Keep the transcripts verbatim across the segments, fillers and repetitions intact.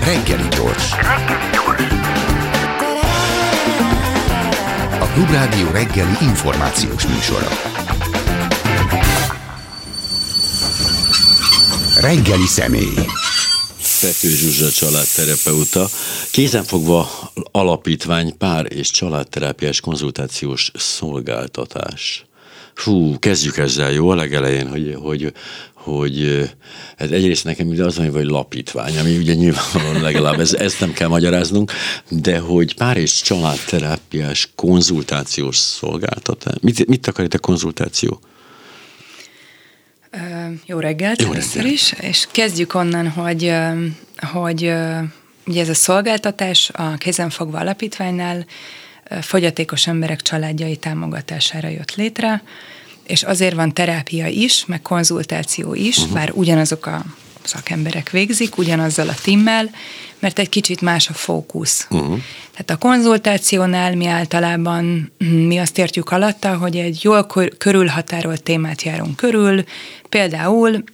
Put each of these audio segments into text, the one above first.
Reggeli gyors. A Klubrádió reggeli információs műsora. Reggeli személy. Pető Zsuzsa családterapeuta, kézenfogva alapítvány, pár- és családterápiás konzultációs szolgáltatás. Hú, kezdjük ezzel, jó? A legelején, hogy, hogy, hogy ez egyrészt nekem ugye az van, hogy lapítvány, ami ugye nyilvánvalóan legalább ez, ezt nem kell magyaráznunk, de hogy pár- és családterápiás konzultációs szolgáltatás. Mit, mit akar itt a konzultáció? Jó reggelt Jó először reggelt. is, és kezdjük onnan, hogy, hogy ugye ez a szolgáltatás a Kézenfogva Alapítványnál fogyatékos emberek családjai támogatására jött létre, és azért van terápia is, meg konzultáció is, uh-huh. bár ugyanazok a szakemberek végzik, ugyanazzal a timmel, mert egy kicsit más a fókusz. Uh-huh. Tehát a konzultációnál mi általában, mi azt értjük alatta, hogy egy jól körülhatárolt témát járunk körül, például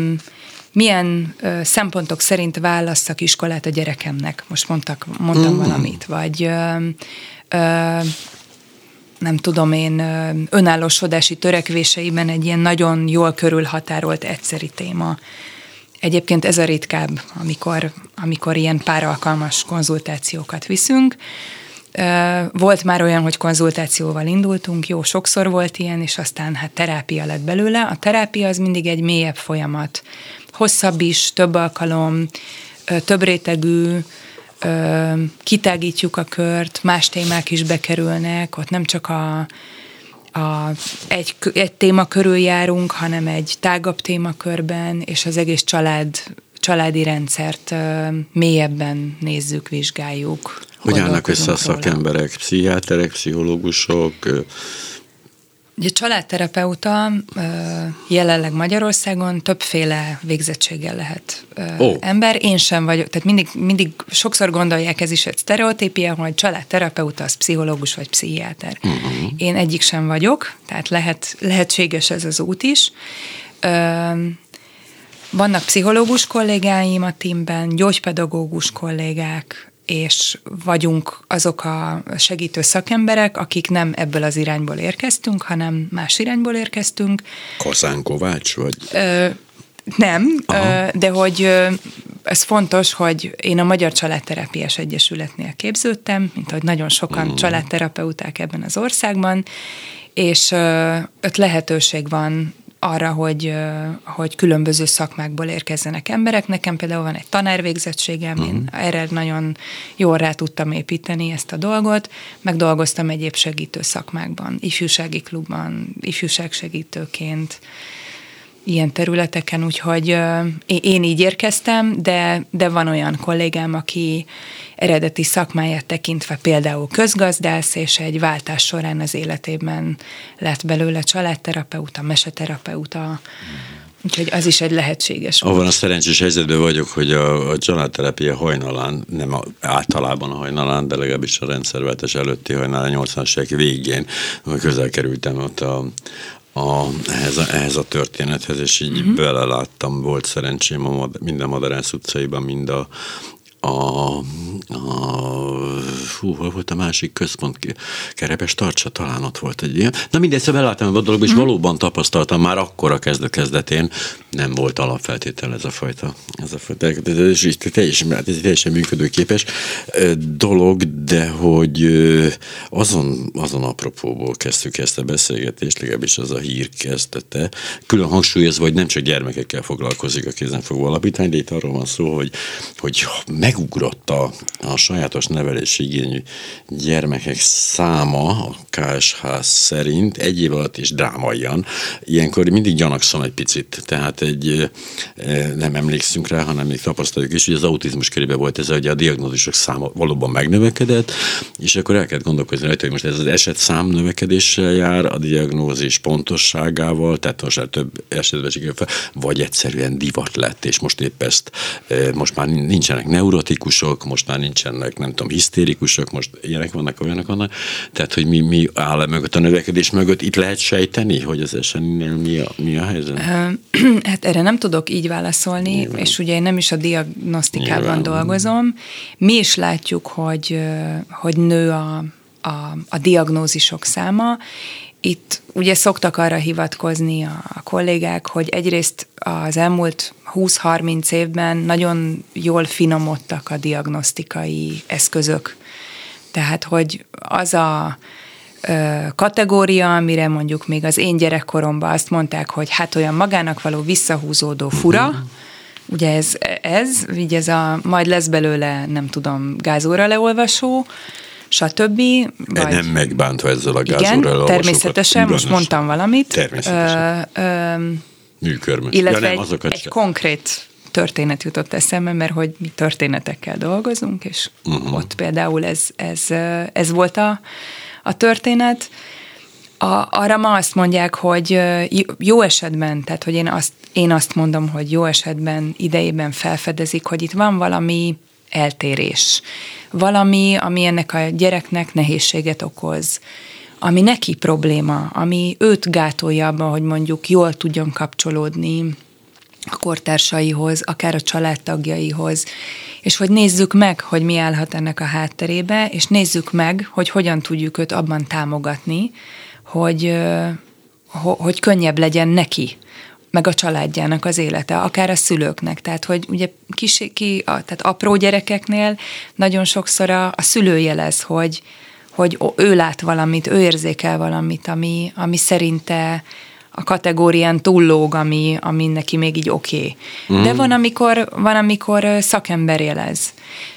milyen ö, szempontok szerint válasszak iskolát a gyerekemnek. Most mondtak, mondtam uh-huh. valamit, vagy ö, ö, nem tudom én, ö, önállósodási törekvéseiben egy ilyen nagyon jól körülhatárolt egyszeri téma. Egyébként ez a ritkább, amikor, amikor ilyen páralkalmas konzultációkat viszünk. Volt már olyan, hogy konzultációval indultunk, jó, sokszor volt ilyen, és aztán hát terápia lett belőle. A terápia az mindig egy mélyebb folyamat. Hosszabb is, több alkalom, több rétegű, kitágítjuk a kört, más témák is bekerülnek, ott nem csak a A, egy, egy téma körül járunk, hanem egy tágabb témakörben, és az egész család, családi rendszert uh, mélyebben nézzük, vizsgáljuk. Hogy állnak össze a szakemberek, pszichiáterek, pszichológusok? Ugye családterapeuta uh, jelenleg Magyarországon többféle végzettséggel lehet uh, oh. ember. Én sem vagyok, tehát mindig, mindig sokszor gondolják, ez is egy sztereotípia, hogy családterapeuta az pszichológus vagy pszichiáter. Uh-huh. Én egyik sem vagyok, tehát lehet, lehetséges ez az út is. Uh, vannak pszichológus kollégáim a teamben, gyógypedagógus kollégák, és vagyunk azok a segítő szakemberek, akik nem ebből az irányból érkeztünk, hanem más irányból érkeztünk. Kazán Kovács vagy? Ö, nem, ö, de hogy ö, ez fontos, hogy én a Magyar Családterápiás Egyesületnél képződtem, mint ahogy nagyon sokan mm. családterapeuták ebben az országban, és ö, ott lehetőség van arra, hogy, hogy különböző szakmákból érkezzenek emberek. Nekem például van egy tanárvégzettségem, uh-huh. én erre nagyon jól rá tudtam építeni ezt a dolgot, meg dolgoztam egyéb segítő szakmákban, ifjúsági klubban, ifjúságsegítőként, ilyen területeken, úgyhogy uh, én így érkeztem, de, de van olyan kollégám, aki eredeti szakmáját tekintve például közgazdász, és egy váltás során az életében lett belőle családterapeuta, meseterapeuta, úgyhogy az is egy lehetséges. Abban a szerencsés helyzetben vagyok, hogy a, a családterápia hajnalán, nem a, általában a hajnalán, de legalábbis a rendszerváltás előtti hajnalán, a nyolcvanas évek végén közel kerültem ott a A, ehhez, a, ehhez a történethez, és így uh-huh. beleláttam, volt szerencsém a, mind a Madarász utcaiban, mind a, a, a hú, hol volt a másik központ, Kerepes Tarcsa, talán ott volt egy ilyen. Na mindegy, szóval beláttam a dologba, és uh-huh. valóban tapasztaltam már akkor a kezdet-kezdetén, nem volt alapfeltétel ez a fajta, ez a fajta, ez is teljesen, ez teljesen működőképes dolog, de hogy azon, azon apropóból kezdtük ezt a beszélgetést, legalábbis az a hír kezdete, külön hangsúlyozva, hogy nem csak gyermekekkel foglalkozik a Kézenfogva Alapítvány, de itt arról van szó, hogy, hogy megugrott a, a sajátos nevelési igényű gyermekek száma a ká es há szerint egy év alatt is drámaian. Ilyenkor mindig gyanakszom egy picit, tehát egy, nem emlékszünk rá, hanem még tapasztaljuk is, hogy az autizmus körében volt ez, hogy a diagnózisok száma valóban megnövekedett, és akkor el kellett gondolkozni rajta, hogy most ez az eset szám növekedéssel jár, a diagnózis pontosságával, tehát most már több esetben sikerül fel, vagy egyszerűen divat lett, és most épp ezt, most már nincsenek neurotikusok, neurotikusok, most már nincsenek, nem tudom, hisztérikusok, most ilyenek vannak, olyanok vannak. Tehát, hogy mi, mi áll e mögött, a növekedés mögött, itt lehet sejteni, hogy az es en i-nél mi a, mi a helyzet? Hát erre nem tudok így válaszolni, nyilván. És ugye én nem is a diagnosztikában nyilván. dolgozom. Mi is látjuk, hogy, hogy nő a, a, a diagnózisok száma. Itt ugye szoktak arra hivatkozni a, a kollégák, hogy egyrészt az elmúlt húsz-harminc évben nagyon jól finomodtak a diagnosztikai eszközök. Tehát, hogy az a ö, kategória, amire mondjuk még az én gyerekkoromban azt mondták, hogy hát olyan magának való visszahúzódó fura, uh-huh. ugye ez, ez, így ez a majd lesz belőle, nem tudom, gázóra leolvasó, stb. Vagy, nem megbántva ezzel a gázóra leolvasókat. Igen, természetesen, most mondtam valamit. Természetesen. Ö, ö, Műkörmös. Illetve ja, nem, egy, egy konkrét történet jutott eszembe, mert hogy mi történetekkel dolgozunk, és uh-huh. ott például ez, ez, ez volt a, a történet. A, arra ma azt mondják, hogy jó esetben, tehát hogy én azt, én azt mondom, hogy jó esetben idejében felfedezik, hogy itt van valami eltérés. Valami, ami ennek a gyereknek nehézséget okoz, ami neki probléma, ami őt gátolja abban, hogy mondjuk jól tudjon kapcsolódni a kortársaihoz, akár a családtagjaihoz, és hogy nézzük meg, hogy mi állhat ennek a hátterébe, és nézzük meg, hogy hogyan tudjuk őt abban támogatni, hogy, hogy könnyebb legyen neki, meg a családjának az élete, akár a szülőknek. Tehát, hogy ugye kis, ki, a, tehát apró gyerekeknél nagyon sokszor a, a szülő jelez, hogy, hogy ő lát valamit, ő érzékel valamit, ami, ami szerinte a kategórián túllóg, ami, ami neki még így oké. Okay. Mm. De van amikor, van, amikor szakember jelez,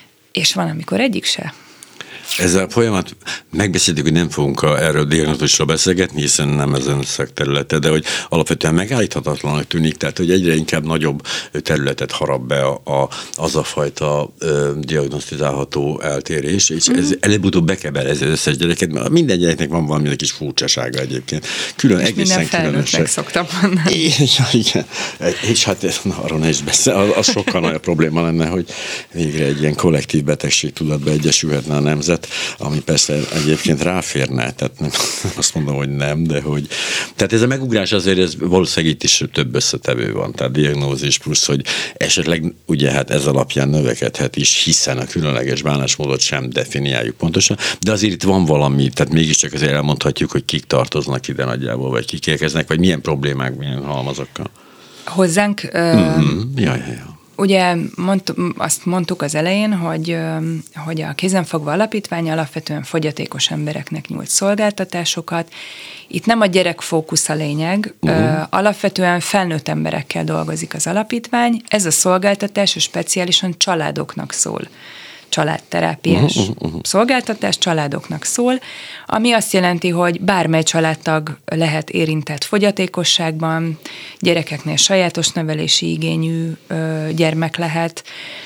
és van, amikor egyik se. Ezzel a folyamat megbeszéltük, hogy nem fogunk a, erről diagnózisról beszélgetni, hiszen nem ezen szakterülete, de hogy alapvetően megállíthatatlanak tűnik, tehát hogy egyre inkább nagyobb területet harap be a, a, az a fajta ö, diagnosztizálható eltérés, és ez mm. előbb-utóbb bekeber ez az összes gyereket, mert minden gyereknek van valami kis furcsasága egyébként. Külön, és minden felnőttnek szoktam mondani. És, igen, és hát arról ne is beszél, az, az sokkal nagyobb probléma lenne, hogy végre egy ilyen kollektív betegségtudatba egyesülhetne a nemzet, ami persze egyébként ráférne, tehát nem azt mondom, hogy nem, de hogy... Tehát ez a megugrás azért, ez valószínűleg itt is több összetevő van, tehát diagnózis plusz, hogy esetleg ugye hát ez alapján növekedhet is, hiszen a különleges bánásmódot sem definiáljuk pontosan, de azért itt van valami, tehát mégiscsak azért elmondhatjuk, hogy kik tartoznak ide nagyjából, vagy kik érkeznek, vagy milyen problémák, milyen halmazokkal. Hozzánk... Ö... Mm-hmm. Ja, ja, ja. Ugye mond, azt mondtuk az elején, hogy, hogy a Kézenfogva Alapítvány alapvetően fogyatékos embereknek nyújt szolgáltatásokat. Itt nem a gyerek fókusz a lényeg, uh-huh. alapvetően felnőtt emberekkel dolgozik az alapítvány. Ez a szolgáltatás speciálisan családoknak szól. Családterápiás uh-huh, uh-huh. szolgáltatás családoknak szól, ami azt jelenti, hogy bármely családtag lehet érintett fogyatékosságban, gyerekeknél sajátos nevelési igényű ö, gyermek lehet,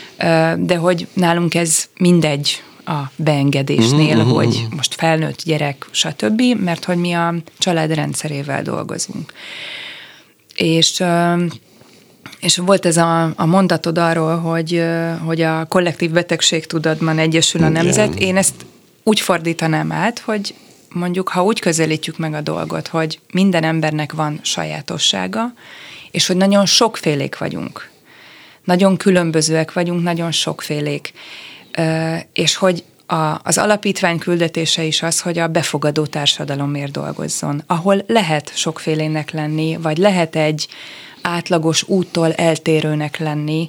ö, de hogy nálunk ez mindegy a beengedésnél, uh-huh, hogy uh-huh. most felnőtt gyerek, stb., mert hogy mi a család rendszerével dolgozunk. És... Ö, És volt ez a, a mondatod arról, hogy, hogy a kollektív betegségtudatban egyesül a nemzet. Én ezt úgy fordítanám át, hogy mondjuk, ha úgy közelítjük meg a dolgot, hogy minden embernek van sajátossága, és hogy nagyon sokfélék vagyunk. Nagyon különbözőek vagyunk, nagyon sokfélék. És hogy a, az alapítvány küldetése is az, hogy a befogadó társadalomért dolgozzon, ahol lehet sokfélének lenni, vagy lehet egy átlagos úttól eltérőnek lenni,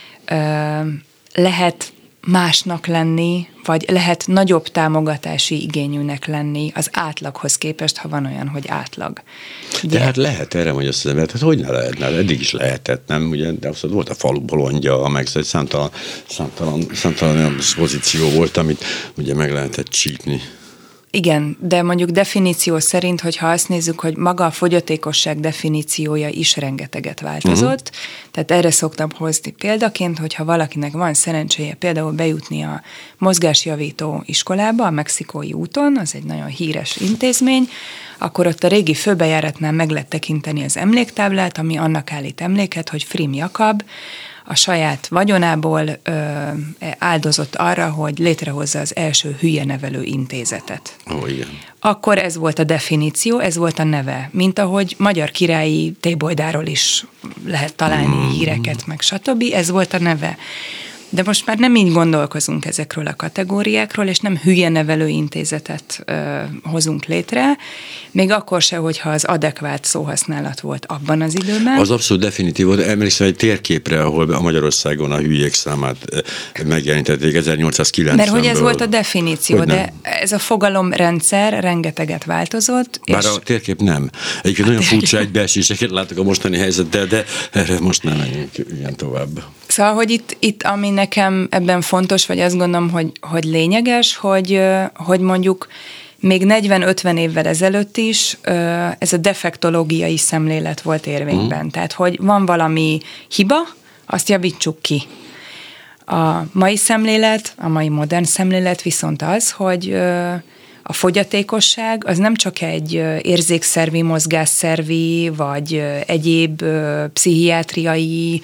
lehet másnak lenni, vagy lehet nagyobb támogatási igényűnek lenni az átlaghoz képest, ha van olyan, hogy átlag. De hát lehet erre, hogy azt mondom, hát hogy ne lehetne, eddig is lehetett, nem? Ugye, de azt volt a falu bolondja, meg egy számtalan, számtalan, számtalan pozíció volt, amit ugye meg lehetett csípni. Igen, de mondjuk definíció szerint, hogyha azt nézzük, hogy maga a fogyatékosság definíciója is rengeteget változott, uh-huh. tehát erre szoktam hozni példaként, hogyha valakinek van szerencséje például bejutni a mozgásjavító iskolába, a Mexikói úton, az egy nagyon híres intézmény, akkor ott a régi főbejáratnál meg lehet tekinteni az emléktáblát, ami annak állít emléket, hogy Frim Jakab a saját vagyonából ö, áldozott arra, hogy létrehozza az első hülye nevelő intézetet. Ó, igen. Akkor ez volt a definíció, ez volt a neve. Mint ahogy magyar királyi tébolydáról is lehet találni mm. híreket, meg stb. Ez volt a neve. De most már nem így gondolkozunk ezekről a kategóriákról, és nem hülye nevelő intézetet ö, hozunk létre, még akkor se, hogyha az adekvát szóhasználat volt abban az időben. Az abszolút definitív volt. Emlékszem egy térképre, ahol a Magyarországon a hülyék számát megjelentették ezernyolcszázkilencvenből. Mert hogy ez volt a definíció, de ez a fogalomrendszer rengeteget változott. Bár és... a térkép nem. Egyébként nagyon furcsa egybeeséseket látok a mostani helyzettel, de erre most nem menjünk ilyen tovább. Szóval, hogy itt, itt ami nekem ebben fontos, vagy azt gondolom, hogy, hogy lényeges, hogy, hogy mondjuk még negyven-ötven évvel ezelőtt is ez a defektológiai szemlélet volt érvényben. Mm. Tehát, hogy van valami hiba, azt javítsuk ki. A mai szemlélet, a mai modern szemlélet viszont az, hogy a fogyatékosság az nem csak egy érzékszervi, mozgásszervi, vagy egyéb pszichiátriai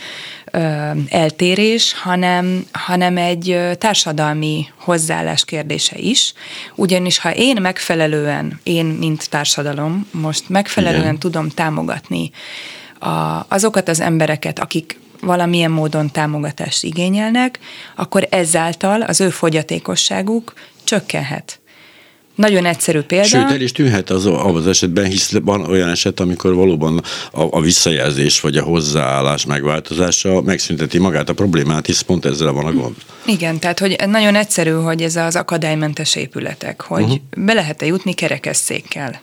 eltérés, hanem, hanem egy társadalmi hozzáállás kérdése is. Ugyanis ha én megfelelően, én mint társadalom most megfelelően Igen. tudom támogatni a, azokat az embereket, akik valamilyen módon támogatást igényelnek, akkor ezáltal az ő fogyatékosságuk csökkenhet. Nagyon egyszerű példa. Sőt, el is tűnhet az, az esetben, hisz van olyan eset, amikor valóban a, a visszajelzés vagy a hozzáállás megváltozása megszünteti magát a problémát, hisz pont ezzel van a gond. Igen, tehát hogy nagyon egyszerű, hogy ez az akadálymentes épületek, hogy uh-huh. be lehet-e jutni kerekesszékkel.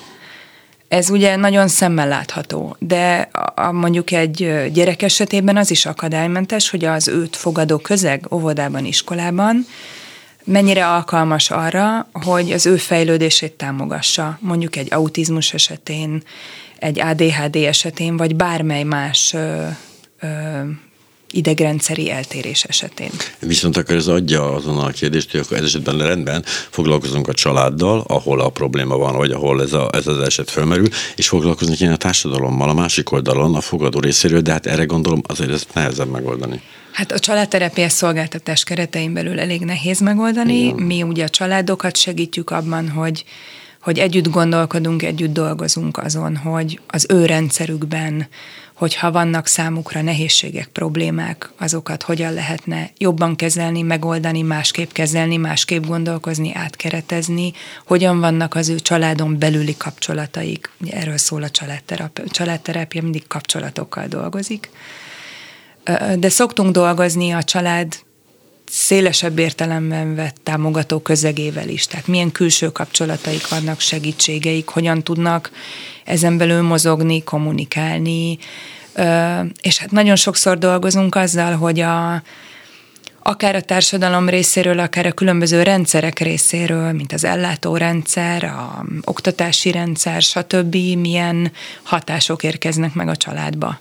Ez ugye nagyon szemmel látható, de a, mondjuk egy gyerek esetében az is akadálymentes, hogy az őt fogadó közeg óvodában, iskolában mennyire alkalmas arra, hogy az ő fejlődését támogassa, mondjuk egy autizmus esetén, egy á dé há dé esetén, vagy bármely más ö, ö, idegrendszeri eltérés esetén. Viszont akkor ez adja azon a kérdést, hogy akkor ez esetben rendben foglalkozunk a családdal, ahol a probléma van, vagy ahol ez, a, ez az eset fölmerül, és foglalkozni kéne a társadalommal, a másik oldalon, a fogadó részéről, de hát erre gondolom azért ezt nehezebb megoldani. Hát a családterápiás szolgáltatás keretein belül elég nehéz megoldani. Igen. Mi ugye a családokat segítjük abban, hogy, hogy együtt gondolkodunk, együtt dolgozunk azon, hogy az ő rendszerükben, hogyha vannak számukra nehézségek, problémák, azokat hogyan lehetne jobban kezelni, megoldani, másképp kezelni, másképp gondolkozni, átkeretezni, hogyan vannak az ő családon belüli kapcsolataik. Ugye erről szól a családterápia, családterápia mindig kapcsolatokkal dolgozik. De szoktunk dolgozni a család szélesebb értelemben vett támogató közegével is. Tehát milyen külső kapcsolataik vannak, segítségeik, hogyan tudnak ezen belül mozogni, kommunikálni. És hát nagyon sokszor dolgozunk azzal, hogy a, akár a társadalom részéről, akár a különböző rendszerek részéről, mint az ellátórendszer, a oktatási rendszer, stb. Milyen hatások érkeznek meg a családba.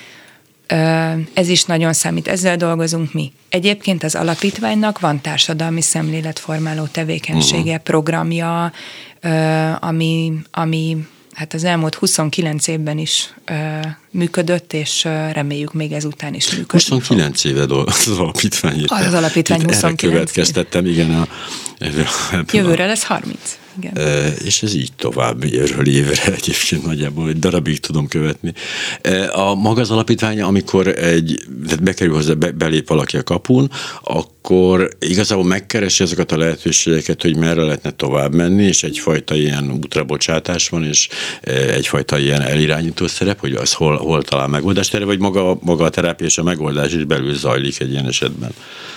Ez is nagyon számít, ezzel dolgozunk mi. Egyébként az alapítványnak van társadalmi szemléletformáló tevékenysége, programja, ami, ami hát az elmúlt huszonkilenc évben is működött, és reméljük még ezután is működni huszonkilenc éve az alapítvány. Az alapítvány huszonkilenc éve. Következtettem, igen. A, Jövőre lesz harminc. Igen. E, és ez így tovább évről évre egyébként nagyjából egy darabig tudom követni. E, a maga az alapítványa, amikor egy, bekerül hozzá, be, belép valaki a kapun, akkor igazából megkeresi ezeket a lehetőségeket, hogy merre lehetne tovább menni, és egyfajta ilyen útrabocsátás van, és egyfajta ilyen elirányító szerep, hogy az hol, hol talál megoldást erre, vagy maga, maga a terápia és a megoldás is belül zajlik egy ilyen esetben.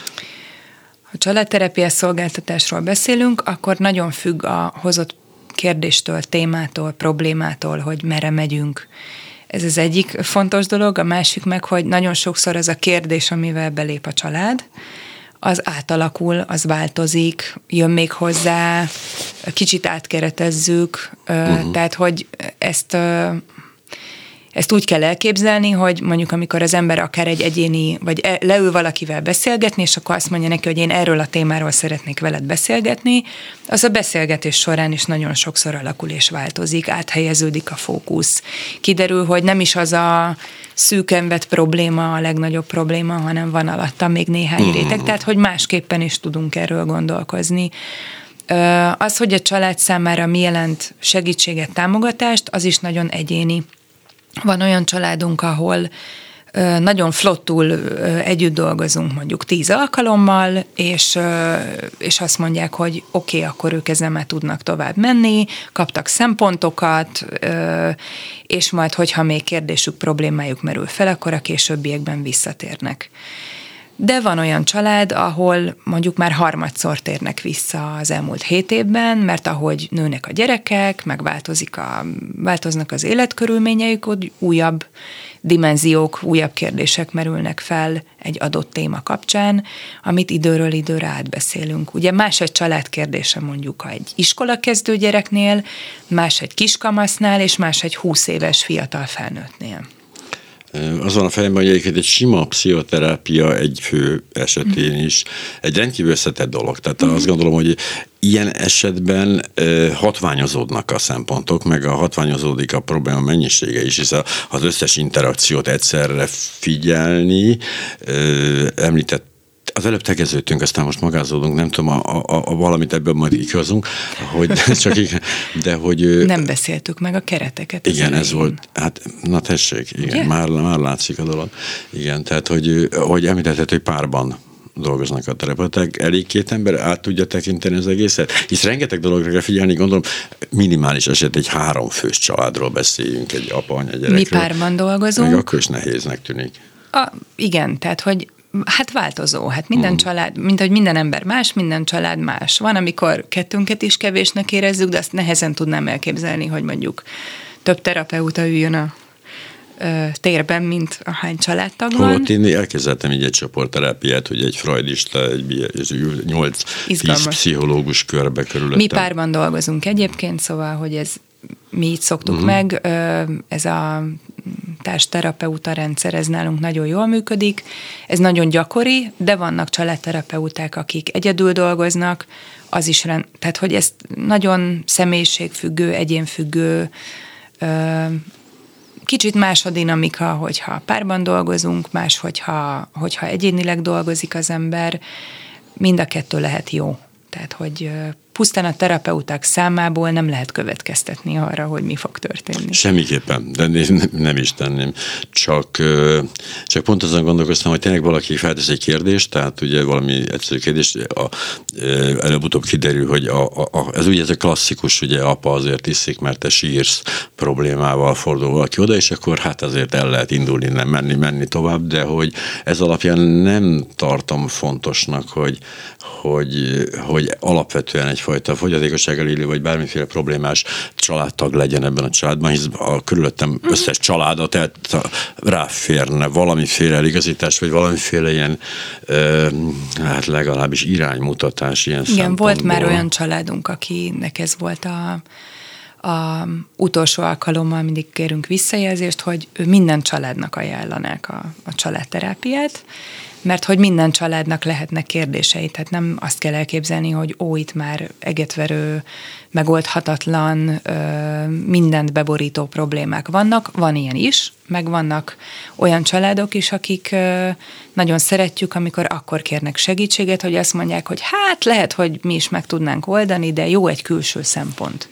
Ha családterápiás szolgáltatásról beszélünk, akkor nagyon függ a hozott kérdéstől, témától, problémától, hogy merre megyünk. Ez az egyik fontos dolog, a másik meg, hogy nagyon sokszor az a kérdés, amivel belép a család, az átalakul, az változik, jön még hozzá, kicsit átkeretezzük, uh-huh. tehát hogy ezt Ezt úgy kell elképzelni, hogy mondjuk amikor az ember akár egy egyéni, vagy leül valakivel beszélgetni, és akkor azt mondja neki, hogy én erről a témáról szeretnék veled beszélgetni, az a beszélgetés során is nagyon sokszor alakul és változik, áthelyeződik a fókusz. Kiderül, hogy nem is az a szűken vett probléma a legnagyobb probléma, hanem van alatta még néhány réteg, tehát hogy másképpen is tudunk erről gondolkozni. Az, hogy a család számára mi jelent segítséget, támogatást, az is nagyon egyéni. Van olyan családunk, ahol nagyon flottul együtt dolgozunk mondjuk tíz alkalommal, és, és azt mondják, hogy oké, okay, akkor ők ezzel már tudnak tovább menni, kaptak szempontokat, és majd, hogyha még kérdésük, problémájuk merül fel, akkor a későbbiekben visszatérnek. De van olyan család, ahol mondjuk már harmadszor térnek vissza az elmúlt hét évben, mert ahogy nőnek a gyerekek, meg változik a, változnak az életkörülményeik, hogy újabb dimenziók, újabb kérdések merülnek fel egy adott téma kapcsán, amit időről időre átbeszélünk. Ugye más egy család kérdése mondjuk egy iskolakezdő gyereknél, más egy kiskamasznál, és más egy húsz éves fiatal felnőttnél. Az van a fejemben, hogy egyébként egy sima pszichoterápia egy fő esetén is egy rendkívül összetett dolog. Tehát mm. azt gondolom, hogy ilyen esetben hatványozódnak a szempontok, meg a hatványozódik a probléma mennyisége is, hiszen az összes interakciót egyszerre figyelni, említett az előbb tegeződtünk, aztán most magázódunk, nem tudom, a, a, a valamit ebből majd kihozunk, hogy csak igen, de hogy... Nem beszéltük meg a kereteket. Igen, ez volt, hát na tessék, igen, már, már látszik a dolog. Igen, tehát, hogy, hogy említetted, hogy párban dolgoznak a terapeuták, elég két ember át tudja tekinteni az egészet? Hisz rengeteg dologra kell figyelni, gondolom, minimális eset egy háromfős családról beszéljünk, egy apa, anya, gyerekről. Mi párban dolgozunk. Meg akkor is nehéznek tűnik. A, igen, tehát, hogy hát változó, hát minden mm. család, mint hogy minden ember más, minden család más. Van, amikor kettőnket is kevésnek érezzük, de azt nehezen tudnám elképzelni, hogy mondjuk több terapeuta üljön a ö, térben, mint ahány családtag van. Holott én elkezdettem így egy csoportterápiát, hogy egy freudista, egy nyolc-tíz pszichológus körbe körülöttem. Mi párban dolgozunk egyébként, szóval, hogy ez mi így szoktuk mm. meg, ez a társterapeuta rendszer, ez nálunk nagyon jól működik, ez nagyon gyakori, de vannak családterapeuták, akik egyedül dolgoznak, az is, rend, tehát hogy ez nagyon személyiségfüggő, egyénfüggő, kicsit más a dinamika, hogyha párban dolgozunk, más, hogyha, hogyha egyénileg dolgozik az ember, mind a kettő lehet jó. Tehát, hogy pusztán a terapeuták számából nem lehet következtetni arra, hogy mi fog történni. Semmiképpen, de nem, nem is tenném. Csak, csak pont azon gondolkoztam, hogy tényleg valaki feltesz egy kérdést, tehát ugye valami egyszerű kérdés, a, előbb-utóbb kiderül, hogy a, a, a, ez ugye ez a klasszikus, ugye apa azért iszik, mert te sírsz problémával fordul valaki oda, és akkor hát azért el lehet indulni, nem menni, menni tovább, de hogy ez alapján nem tartom fontosnak, hogy, hogy, hogy alapvetően egyfajta fogyatékossággal élő, vagy bármiféle problémás családtag legyen ebben a családban, hisz a körülöttem összes családa, tehát ráférne valamiféle eligazítás, vagy valamiféle ilyen, hát legalábbis iránymutatás ilyen Igen, szempontból. Volt már olyan családunk, akinek ez volt a A utolsó alkalommal mindig kérünk visszajelzést, hogy ő minden családnak ajánlanák a, a családterápiát, mert hogy minden családnak lehetnek kérdései, tehát nem azt kell elképzelni, hogy ó, itt már egetverő, megoldhatatlan, mindent beborító problémák vannak, van ilyen is, meg vannak olyan családok is, akik nagyon szeretjük, amikor akkor kérnek segítséget, hogy azt mondják, hogy hát lehet, hogy mi is meg tudnánk oldani, de jó egy külső szempont.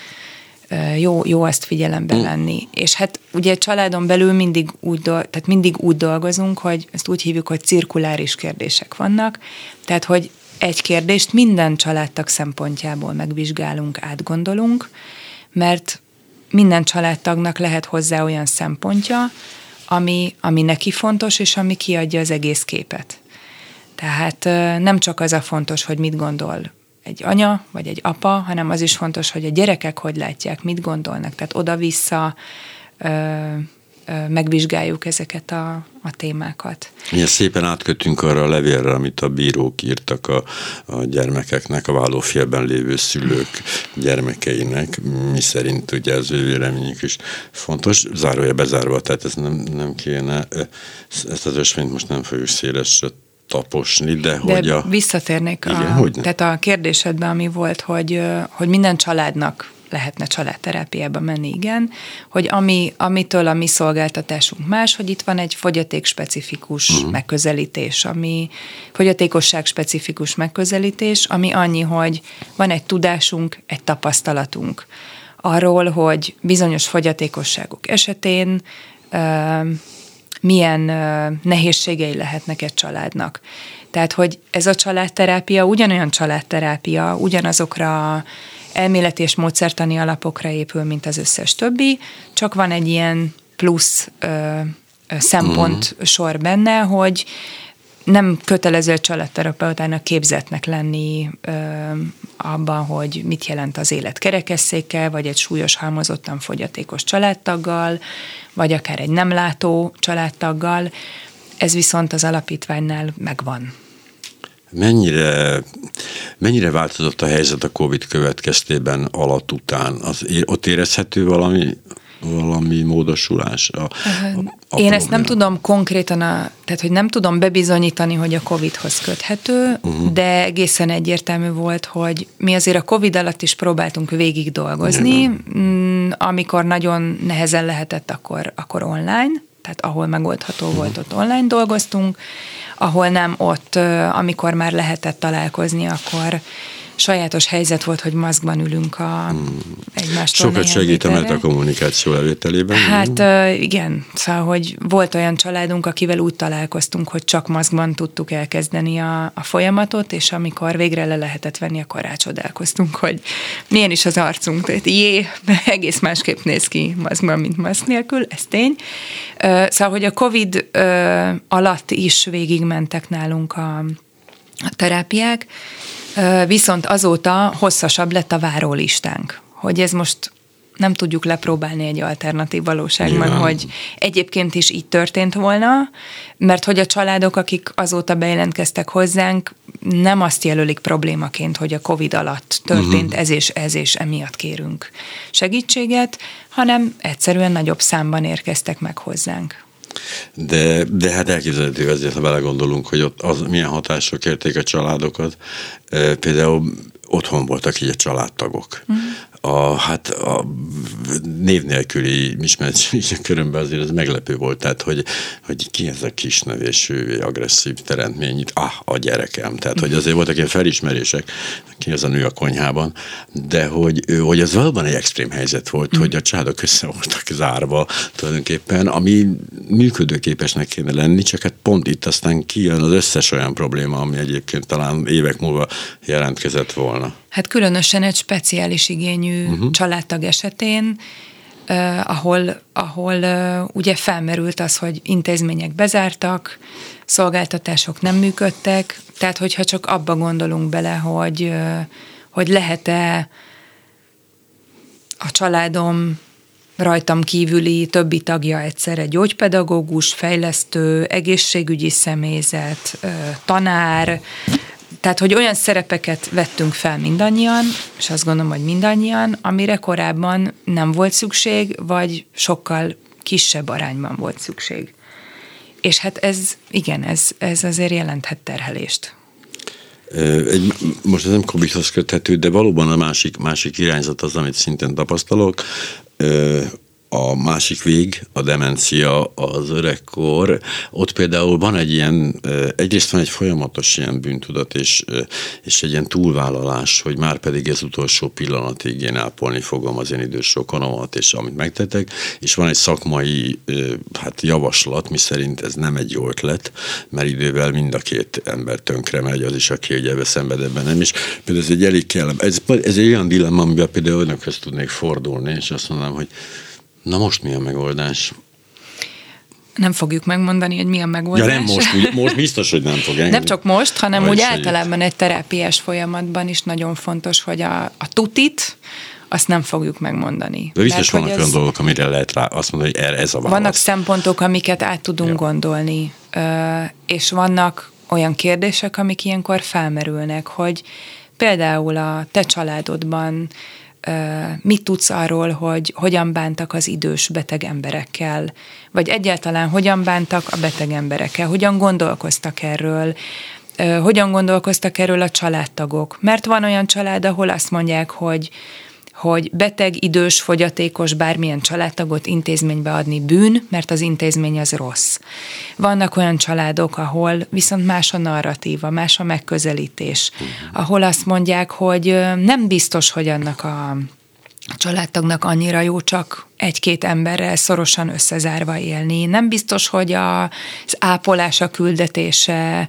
Jó, jó azt figyelembe venni. Mm. És hát ugye családon belül mindig úgy, tehát mindig úgy dolgozunk, hogy ezt úgy hívjuk, hogy cirkuláris kérdések vannak, tehát hogy egy kérdést minden családtag szempontjából megvizsgálunk, átgondolunk, mert minden családtagnak lehet hozzá olyan szempontja, ami, ami neki fontos, és ami kiadja az egész képet. Tehát nem csak az a fontos, hogy mit gondol egy anya, vagy egy apa, hanem az is fontos, hogy a gyerekek hogy látják, mit gondolnak. Tehát oda-vissza ö, megvizsgáljuk ezeket a, a témákat. Milyen szépen átkötünk arra a levélre, amit a bírók írtak a, a gyermekeknek, a vállófélben lévő szülők gyermekeinek, mi szerint ugye az ő véleményük is fontos, zárója bezárva, tehát ez nem, nem kéne, ezt az ösvényt most nem fogjuk szélesre taposni, de, de hogy a... visszatérnék igen, a, tehát a kérdésedben, ami volt, hogy, hogy minden családnak lehetne családterápiába menni, igen, hogy ami, amitől a mi szolgáltatásunk más, hogy itt van egy fogyatékspecifikus uh-huh. megközelítés, ami fogyatékosság specifikus megközelítés, ami annyi, hogy van egy tudásunk, egy tapasztalatunk arról, hogy bizonyos fogyatékosságok esetén uh, milyen uh, nehézségei lehetnek egy családnak. Tehát, hogy ez a családterápia ugyanolyan családterápia, ugyanazokra elméleti és módszertani alapokra épül, mint az összes többi, csak van egy ilyen plusz ö, ö, szempont mm. sor benne, hogy nem kötelező a családterapeutának képzettnek lenni ö, abban, hogy mit jelent az élet kerekesszékkel, vagy egy súlyos halmozottan fogyatékos családtaggal, vagy akár egy nem látó családtaggal. Ez viszont az alapítványnál megvan. Mennyire, mennyire változott a helyzet a Covid következtében alatt után? Az, ott érezhető valami, valami módosulás? A, a, a Én ezt nem tudom konkrétan, a, tehát hogy nem tudom bebizonyítani, hogy a Covidhoz köthető, uh-huh. de egészen egyértelmű volt, hogy mi azért a Covid alatt is próbáltunk végig dolgozni, uh-huh. amikor nagyon nehezen lehetett, akkor, akkor online, tehát ahol megoldható uh-huh. volt, ott online dolgoztunk, ahol nem, ott, amikor már lehetett találkozni, akkor sajátos helyzet volt, hogy maszkban ülünk a hmm. egymástól. Sokat segít a kommunikáció elvételében. Hát uh, igen, szóval, hogy volt olyan családunk, akivel úgy találkoztunk, hogy csak maszkban tudtuk elkezdeni a, a folyamatot, és amikor végre le lehetett venni, akkor rácsodálkoztunk, hogy milyen is az arcunk. Tehát jé, egész másképp néz ki maszkban, mint maszk nélkül, ez tény. Uh, szóval, hogy a Covid uh, alatt is végigmentek nálunk a, a terápiák, viszont azóta hosszasabb lett a várólistánk, hogy ez most nem tudjuk lepróbálni egy alternatív valóságban, ja. hogy egyébként is így történt volna, mert hogy a családok, akik azóta bejelentkeztek hozzánk, nem azt jelölik problémaként, hogy a Covid alatt történt uh-huh. ez és ez, és emiatt kérünk segítséget, hanem egyszerűen nagyobb számban érkeztek meg hozzánk. De, de hát elképzelhető azért, ha belegondolunk, hogy ott az milyen hatások érték a családokat. E, például otthon voltak így a családtagok. Uh-huh. A, hát a név nélküli ismertségi körömben azért ez meglepő volt, tehát hogy, hogy ki ez a kisnevésű agresszív teremtmény itt, ah, a gyerekem. Tehát, hogy azért voltak ilyen felismerések, ki az a nő a konyhában, de hogy, hogy ez valóban egy extrém helyzet volt, mm. hogy a családok össze voltak zárva tulajdonképpen, ami működőképesnek kéne lenni, csak hát pont itt aztán kijön az összes olyan probléma, ami egyébként talán évek múlva jelentkezett volna. Hát különösen egy speciális igényű uh-huh. családtag esetén, uh, ahol, ahol uh, ugye felmerült az, hogy intézmények bezártak, szolgáltatások nem működtek, tehát hogyha csak abba gondolunk bele, hogy, uh, hogy lehet-e a családom rajtam kívüli többi tagja egyszerre gyógypedagógus, fejlesztő, egészségügyi személyzet, uh, tanár, tehát, hogy olyan szerepeket vettünk fel mindannyian, és azt gondolom, hogy mindannyian, amire korábban nem volt szükség, vagy sokkal kisebb arányban volt szükség. És hát ez, igen, ez, ez azért jelenthet terhelést. Egy, most ez nem Covidhoz köthető, de valóban a másik, másik irányzat az, amit szintén tapasztalok. A másik vég, a demencia, az öregkor, ott például van egy ilyen, egyrészt van egy folyamatos ilyen bűntudat, és, és egy ilyen túlvállalás, hogy már pedig ez utolsó pillanatig én ápolni fogom az én idős rokonomat, és amit megtettek, és van egy szakmai hát javaslat, miszerint ez nem egy jó ötlet, mert idővel mind a két ember tönkre megy, az is, aki ugye ebbe szenved, ebben nem is. Például ez egy elég kellem. Ez, ez egy olyan dilemma, amiben például önökhöz tudnék fordulni, és azt mondanám, hogy na most mi a megoldás? Nem fogjuk megmondani, hogy mi a megoldás. Ja nem most, ugye, most biztos, hogy nem fog engedni. Nem csak most, hanem úgy általában egy terápiás folyamatban is nagyon fontos, hogy a, a tutit, azt nem fogjuk megmondani. De biztos Mert, vannak olyan ez... dolgok, amire lehet rá azt mondani, hogy erre ez a válasz. Vannak szempontok, amiket át tudunk ja. gondolni, és vannak olyan kérdések, amik ilyenkor felmerülnek, hogy például a te családodban mit tudsz arról, hogy hogyan bántak az idős beteg emberekkel, vagy egyáltalán hogyan bántak a beteg emberekkel, hogyan gondolkoztak erről, hogyan gondolkoztak erről a családtagok. Mert van olyan család, ahol azt mondják, hogy hogy beteg, idős, fogyatékos bármilyen családtagot intézménybe adni bűn, mert az intézmény az rossz. Vannak olyan családok, ahol viszont más a narratíva, más a megközelítés, ahol azt mondják, hogy nem biztos, hogy annak a családtagnak annyira jó csak egy-két emberrel szorosan összezárva élni. Nem biztos, hogy a, az ápolása küldetése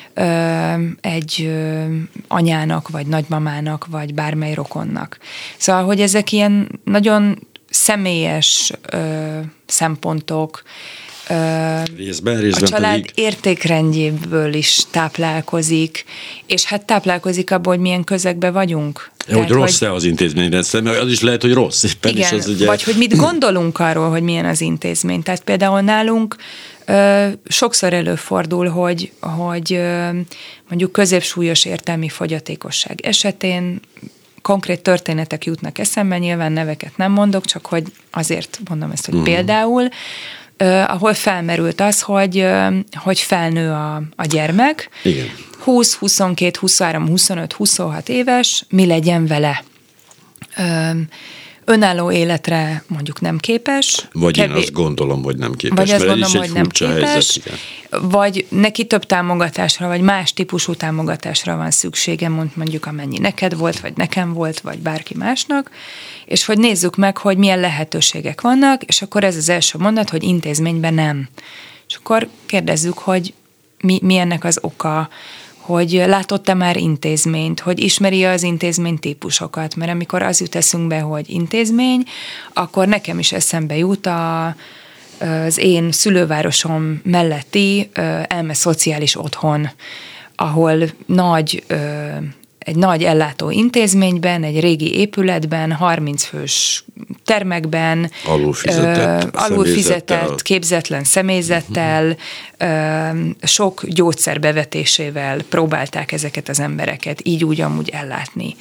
egy anyának, vagy nagymamának, vagy bármely rokonnak. Szóval, hogy ezek ilyen nagyon személyes ö, szempontok, ö, részben, részben a család pedig... értékrendjéből is táplálkozik, és hát táplálkozik abból, hogy milyen közegben vagyunk. Ja, Tehát, hogy rossz-e az intézményrendszer, mert az is lehet, hogy rossz. Igen, is az ugye... vagy hogy mit gondolunk arról, hogy milyen az intézmény. Tehát például nálunk ö, sokszor előfordul, hogy, hogy ö, mondjuk középsúlyos értelmi fogyatékosság esetén konkrét történetek jutnak eszembe, nyilván neveket nem mondok, csak hogy azért mondom ezt, hogy mm. például, Uh, ahol felmerült az, hogy, uh, hogy felnő a, a gyermek, igen. húsz, huszonkét, huszonhárom, huszonöt, huszonhat éves, mi legyen vele? Uh, önálló életre mondjuk nem képes. Vagy kevés, én azt gondolom, hogy nem képes. Vagy azt gondolom, hogy nem képes. Helyzet, vagy neki több támogatásra, vagy más típusú támogatásra van szüksége, mondjuk amennyi neked volt, vagy nekem volt, vagy bárki másnak, és hogy nézzük meg, hogy milyen lehetőségek vannak, és akkor ez az első mondat, hogy intézményben nem. És akkor kérdezzük, hogy mi, mi ennek az oka, hogy látott-e már intézményt, hogy ismeri az intézmény típusokat, mert amikor az jut eszünkbe, hogy intézmény, akkor nekem is eszembe jut a, az én szülővárosom melletti Elme Szociális Otthon, ahol nagy, egy nagy ellátó intézményben, egy régi épületben, harminc fős termekben, alulfizetett, alulfizetett képzetlen személyzettel, sok gyógyszer bevetésével próbálták ezeket az embereket így úgy amúgy ellátni.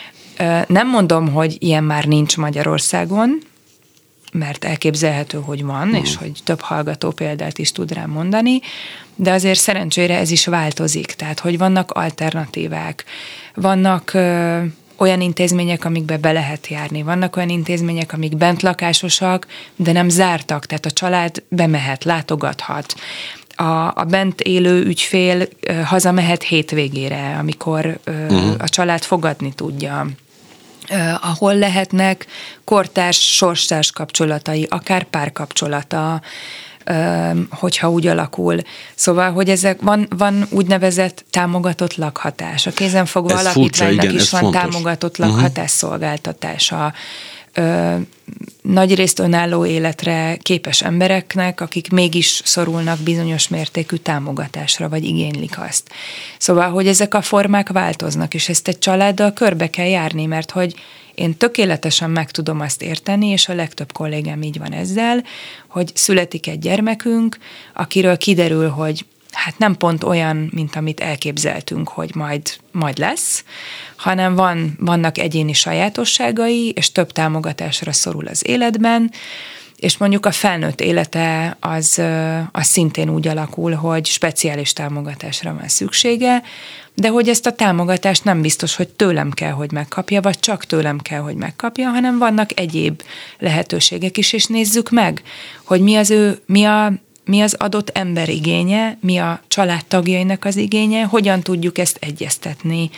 Nem mondom, hogy ilyen már nincs Magyarországon, mert elképzelhető, hogy van, és hogy több hallgató példát is tud rám mondani, de azért szerencsére ez is változik, tehát hogy vannak alternatívák, vannak ö, olyan intézmények, amikbe be lehet járni, vannak olyan intézmények, amik bentlakásosak, de nem zártak, tehát a család bemehet, látogathat. A, a bent élő ügyfél ö, hazamehet hétvégére, amikor ö, uh-huh. a család fogadni tudja. Uh, ahol lehetnek kortárs, sorstárs kapcsolatai, akár párkapcsolata, uh, hogyha úgy alakul. Szóval, hogy ezek van, van úgynevezett támogatott lakhatás. A Kézenfogva ez Alapítványnak furcsa, igen, is van fontos. támogatott lakhatás szolgáltatása. Uh, nagyrészt önálló életre képes embereknek, akik mégis szorulnak bizonyos mértékű támogatásra, vagy igénylik azt. Szóval, hogy ezek a formák változnak, és ezt egy családdal körbe kell járni, mert hogy én tökéletesen meg tudom azt érteni, és a legtöbb kollégám így van ezzel, hogy születik egy gyermekünk, akiről kiderül, hogy hát nem pont olyan, mint amit elképzeltünk, hogy majd, majd lesz, hanem van, vannak egyéni sajátosságai, és több támogatásra szorul az életben, és mondjuk a felnőtt élete az, az szintén úgy alakul, hogy speciális támogatásra van szüksége, de hogy ezt a támogatást nem biztos, hogy tőlem kell, hogy megkapja, vagy csak tőlem kell, hogy megkapja, hanem vannak egyéb lehetőségek is, és nézzük meg, hogy mi az ő, mi a mi az adott ember igénye, mi a családtagjainak az igénye, hogyan tudjuk ezt egyeztetni,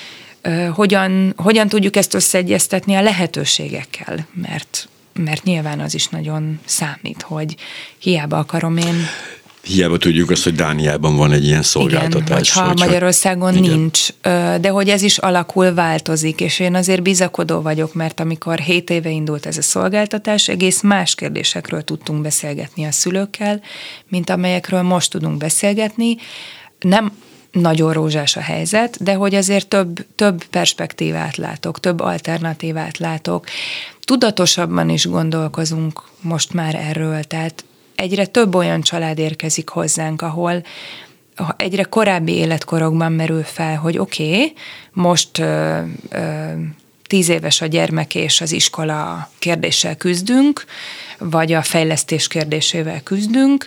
hogyan, hogyan tudjuk ezt összeegyeztetni a lehetőségekkel, mert, mert nyilván az is nagyon számít, hogy hiába akarom én... Hiába tudjuk azt, hogy Dániában van egy ilyen szolgáltatás. Igen, hogyha, hogyha Magyarországon igen. nincs, de hogy ez is alakul, változik, és én azért bizakodó vagyok, mert amikor hét éve indult ez a szolgáltatás, egész más kérdésekről tudtunk beszélgetni a szülőkkel, mint amelyekről most tudunk beszélgetni. Nem nagyon rózsás a helyzet, de hogy azért több, több perspektívát látok, több alternatívát látok. Tudatosabban is gondolkozunk most már erről, tehát egyre több olyan család érkezik hozzánk, ahol egyre korábbi életkorokban merül fel, hogy oké, okay, most ö, ö, tíz éves a gyermek és az iskola kérdéssel küzdünk, vagy a fejlesztés kérdésével küzdünk,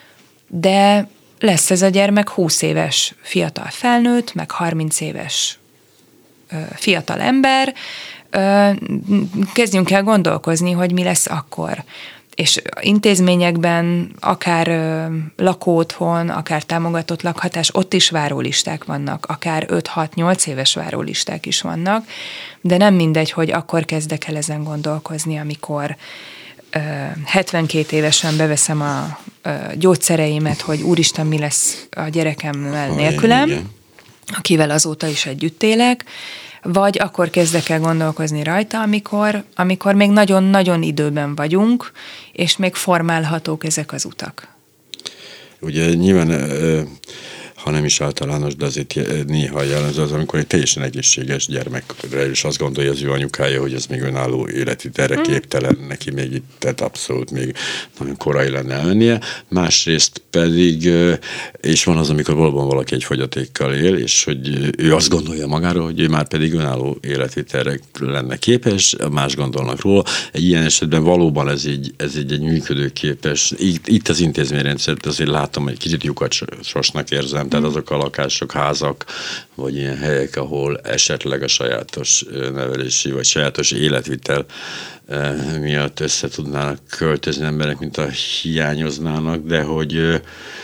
de lesz ez a gyermek húsz éves fiatal felnőtt, meg harminc éves ö, fiatal ember, ö, kezdjünk el gondolkozni, hogy mi lesz akkor. És intézményekben, akár ö, lakóotthon, akár támogatott lakhatás, ott is várólisták vannak, akár öt-hat-nyolc éves várólisták is vannak, de nem mindegy, hogy akkor kezdek el ezen gondolkozni, amikor ö, hetvenkét évesen beveszem a ö, gyógyszereimet, hogy úristen, mi lesz a gyerekemmel nélkülem, akivel azóta is együtt élek, vagy akkor kezdek el gondolkozni rajta, amikor, amikor még nagyon-nagyon időben vagyunk, és még formálhatók ezek az utak. Ugye nyilván, ha nem is általános, de azért néha jellemző az, amikor egy teljesen egészséges gyermekre is azt gondolja az ő anyukája, hogy ez még önálló életvitelre képtelen, neki még itt, tehát abszolút még nagyon korai lenne elmennie. Másrészt pedig, és van az, amikor valóban valaki egy fogyatékkal él, és hogy ő azt gondolja magáról, hogy ő már pedig önálló életvitelre lenne képes, más gondolnak róla. Egy ilyen esetben valóban ez így, ez így egy működőképes. Itt, itt az intézményrendszert azért látom, hogy kicsit lyukacsosnak érzem, tehát azok a lakások, házak, vagy ilyen helyek, ahol esetleg a sajátos nevelési, vagy sajátos életvitel miatt össze tudnának költözni emberek, mint a hiányoznának, de hogy,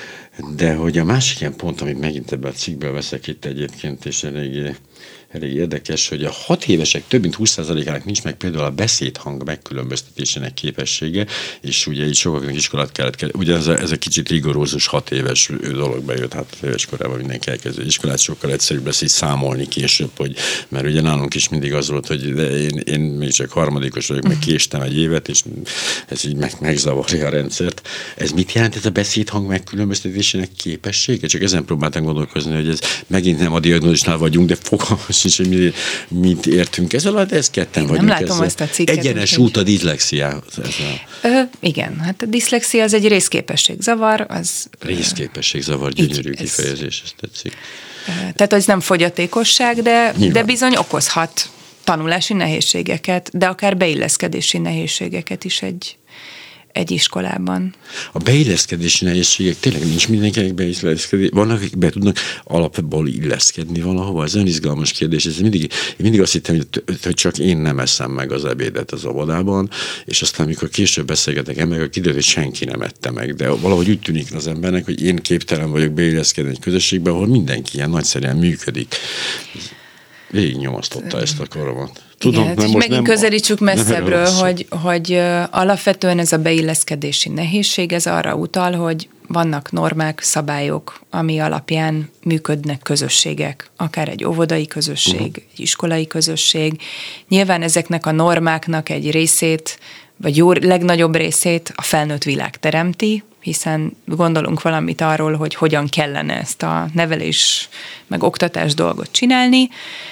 de hogy a másik ilyen pont, amit megint ebben a cikkből veszek itt egyébként, és eléggé elég érdekes, hogy a hat évesek több mint húsz százalékának nincs meg például a beszédhang megkülönböztetésének képessége, és ugye így sokaknak iskolát kellett, ugye ez a, ez a kicsit rigorózus hat éves dolog bejött, hát hat éves korában mindenki elkezdő iskolát, sokkal egyszerűbb lesz így számolni később, hogy, mert ugye nálunk is mindig az volt, hogy de én, én még csak harmadikos vagyok, meg késtem egy évet, és ez így meg, megzavarja a rendszert. Ez mit jelent ez a beszédhang megkülönböztetésének képessége? Csak ezen próbáltam gondolkozni, hogy ez megint nem a diagnózisnál vagyunk, de fogalmas sincs, hogy mit, mit értünk ezzel, de ez ketten én vagyunk. Nem látom ezt a cikket. Egyenes út a diszlexiához. Ö, igen, hát a diszlexia az egy részképességzavar. Az, részképességzavar, gyönyörű így, kifejezés, ezt tetszik. Tehát ez nem fogyatékosság, de, de bizony okozhat tanulási nehézségeket, de akár beilleszkedési nehézségeket is egy egy iskolában. A beilleszkedési nehézségek, tényleg nincs mindenkinek beilleszkedni, vannak, akik be tudnak alapból illeszkedni valahova, ez olyan izgalmas kérdés, ez mindig, én mindig azt hittem, hogy, hogy csak én nem eszem meg az ebédet az óvodában, és aztán amikor később beszélgetek emberek, kiderül, hogy senki nem ette meg, de valahogy úgy tűnik az embernek, hogy én képtelen vagyok beilleszkedni egy közösségbe, ahol mindenki ilyen nagyszerűen működik. Végignyomasztotta ezt a koromat. Tudom, igen, most megint nem, közelítsük messzebbről, hogy, hogy alapvetően ez a beilleszkedési nehézség, ez arra utal, hogy vannak normák, szabályok, ami alapján működnek közösségek, akár egy óvodai közösség, uh-huh. egy iskolai közösség. Nyilván ezeknek a normáknak egy részét, vagy jó, legnagyobb részét a felnőtt világ teremti, hiszen gondolunk valamit arról, hogy hogyan kellene ezt a nevelés, meg oktatás dolgot csinálni,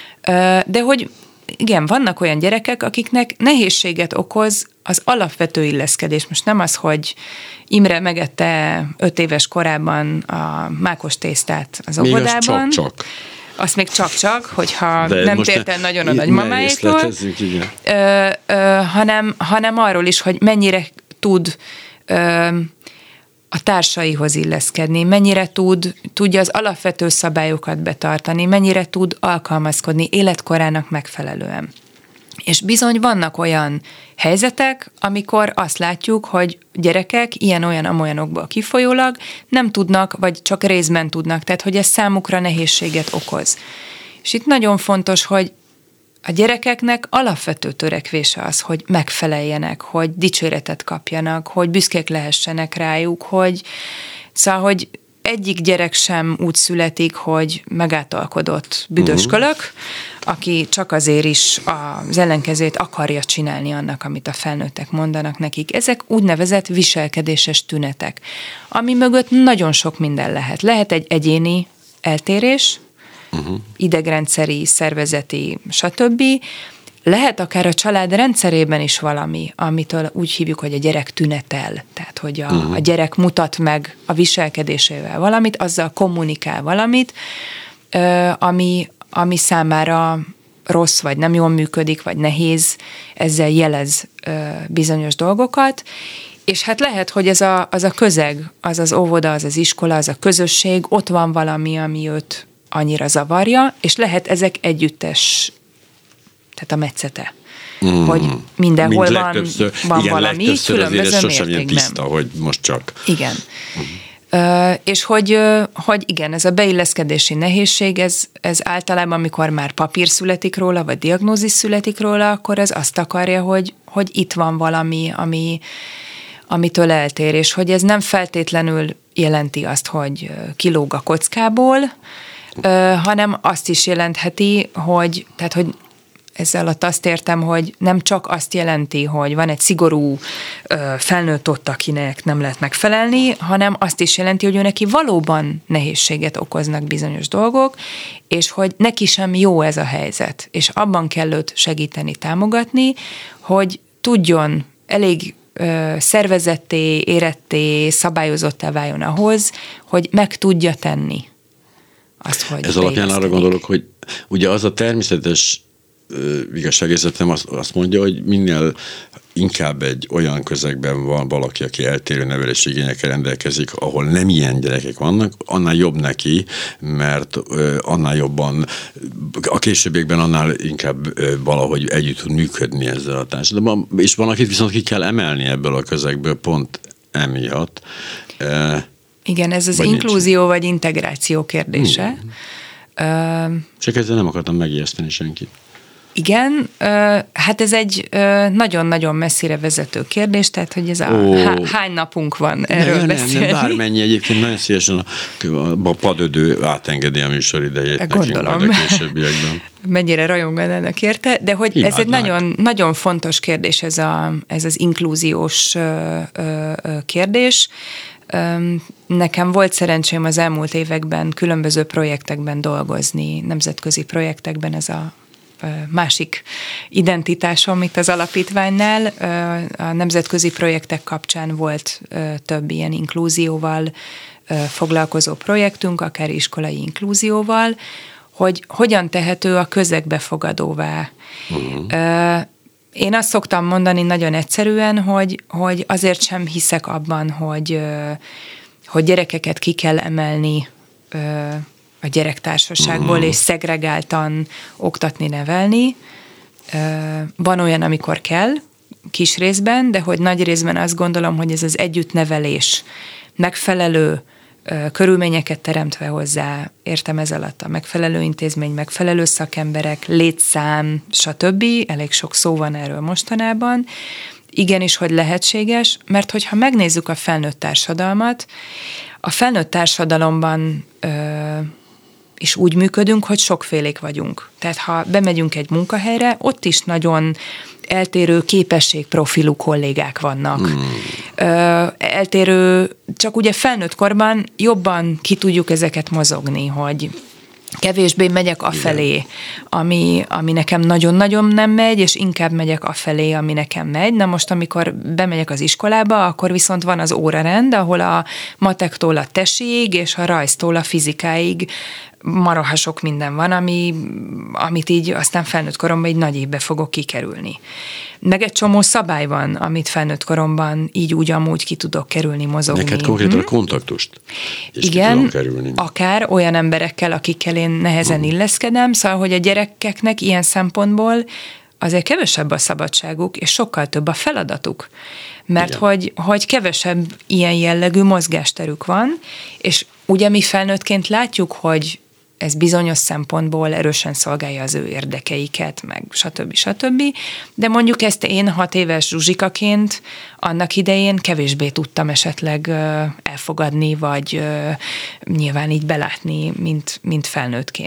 de hogy igen, vannak olyan gyerekek, akiknek nehézséget okoz az alapvető illeszkedés. Most nem az, hogy Imre megette öt éves korában a mákos tésztát az óvodában. Még csak-csak. Azt még csak-csak, hogyha de nem tért el nagyon a nagymamáitól. Ö, ö, hanem, hanem arról is, hogy mennyire tud ö, a társaihoz illeszkedni, mennyire tud, tudja az alapvető szabályokat betartani, mennyire tud alkalmazkodni életkorának megfelelően. És bizony vannak olyan helyzetek, amikor azt látjuk, hogy gyerekek ilyen-olyan amolyanokból kifolyólag nem tudnak, vagy csak részben tudnak, tehát hogy ez számukra nehézséget okoz. És itt nagyon fontos, hogy a gyerekeknek alapvető törekvése az, hogy megfeleljenek, hogy dicséretet kapjanak, hogy büszkék lehessenek rájuk, hogy szóval, hogy egyik gyerek sem úgy születik, hogy megáltalkodott büdös kölök, aki csak azért is az ellenkezőjét akarja csinálni annak, amit a felnőttek mondanak nekik. Ezek úgynevezett viselkedéses tünetek, ami mögött nagyon sok minden lehet. Lehet egy egyéni eltérés, uh-huh. idegrendszeri, szervezeti, stb. Lehet akár a család rendszerében is valami, amitől úgy hívjuk, hogy a gyerek tünetel. Tehát, hogy a, uh-huh. a gyerek mutat meg a viselkedésével valamit, azzal kommunikál valamit, ami, ami számára rossz, vagy nem jól működik, vagy nehéz, ezzel jelez bizonyos dolgokat. És hát lehet, hogy ez a, az a közeg, az az óvoda, az az iskola, az a közösség, ott van valami, ami őt annyira zavarja, és lehet ezek együttes, tehát a metszete. Mm. Hogy mindenhol Mind van, van igen, valami, különböző mértékben. Tiszta, hogy most csak. Igen. Mm. Uh, és hogy, uh, hogy igen, ez a beilleszkedési nehézség, ez, ez általában, amikor már papír születik róla, vagy diagnózis születik róla, akkor ez azt akarja, hogy, hogy itt van valami, ami, amitől eltér, és hogy ez nem feltétlenül jelenti azt, hogy kilóg a kockából, uh, hanem azt is jelentheti, hogy, tehát, hogy ezzel alatt azt értem, hogy nem csak azt jelenti, hogy van egy szigorú ö, felnőtt ott, akinek nem lehet megfelelni, hanem azt is jelenti, hogy ő neki valóban nehézséget okoznak bizonyos dolgok, és hogy neki sem jó ez a helyzet. És abban kell őt segíteni, támogatni, hogy tudjon elég ö, szervezetté, éretté, szabályozottá váljon ahhoz, hogy meg tudja tenni azt, hogy ez alapján arra gondolok, hogy ugye az a természetes igazságérzetem azt, azt mondja, hogy minél inkább egy olyan közegben van valaki, aki eltérő nevelési igényekkel rendelkezik, ahol nem ilyen gyerekek vannak, annál jobb neki, mert annál jobban, a későbbiekben annál inkább valahogy együtt tud működni ezzel a társadalomban, és van, akit viszont ki kell emelni ebből a közegből pont emiatt. Igen, ez az vagy inkluzió nincs. Vagy integráció kérdése. Hmm. Csak ezzel nem akartam megijeszteni senkit. Igen, hát ez egy nagyon-nagyon messzire vezető kérdés, tehát hogy ez a oh. hány napunk van erről nem, beszélni. Nem, nem, bármennyi egyébként nagyon szívesen a, a padödő átengedi a műsor idejét Gondolom. nekünk a későbbiekben. Mennyire rajonganának érte, de hogy Imádnák. Ez egy nagyon, nagyon fontos kérdés, ez, a, ez az inklúziós kérdés. Nekem volt szerencsém az elmúlt években különböző projektekben dolgozni, nemzetközi projektekben, ez a másik identitásom itt az alapítványnál. A nemzetközi projektek kapcsán volt több ilyen inklúzióval foglalkozó projektünk, akár iskolai inklúzióval, hogy hogyan tehető a közegbefogadóvá. Uh-huh. Én azt szoktam mondani nagyon egyszerűen, hogy, hogy azért sem hiszek abban, hogy, hogy gyerekeket ki kell emelni a gyerektársaságból, uh-huh. és szegregáltan oktatni, nevelni. Van olyan, amikor kell, kis részben, de hogy nagy részben azt gondolom, hogy ez az együttnevelés megfelelő körülményeket teremtve hozzá, értem ez alatt a megfelelő intézmény, megfelelő szakemberek, létszám, stb. Elég sok szó van erről mostanában. Igenis, hogy lehetséges, mert hogyha megnézzük a felnőtt társadalmat, a felnőtt társadalomban ö, is úgy működünk, hogy sokfélék vagyunk. Tehát ha bemegyünk egy munkahelyre, ott is nagyon eltérő képességprofilú kollégák vannak. Hmm. Ö, eltérő, csak ugye felnőtt korban jobban ki tudjuk ezeket mozogni, hogy kevésbé megyek afelé, ami, ami nekem nagyon-nagyon nem megy, és inkább megyek afelé, ami nekem megy. Na most, amikor bemegyek az iskolába, akkor viszont van az órarend, ahol a matektól a tesiig, és a rajztól a fizikáig marha sok minden van, ami, amit így aztán felnőtt koromban így nagy évbe fogok kikerülni. Meg egy csomó szabály van, amit felnőtt koromban így úgy amúgy ki tudok kerülni, mozogni. Neked konkrétan hm? a kontaktust is igen, ki tudom kerülni. Akár olyan emberekkel, akikkel én nehezen illeszkedem, szóval, hogy a gyerekeknek ilyen szempontból azért kevesebb a szabadságuk, és sokkal több a feladatuk. Mert hogy, hogy kevesebb ilyen jellegű mozgásterük van, és ugye mi felnőttként látjuk, hogy ez bizonyos szempontból erősen szolgálja az ő érdekeiket, meg stb. stb. De mondjuk ezt én hat éves zsuzsikaként annak idején kevésbé tudtam esetleg elfogadni, vagy nyilván így belátni, mint, mint felnőttként.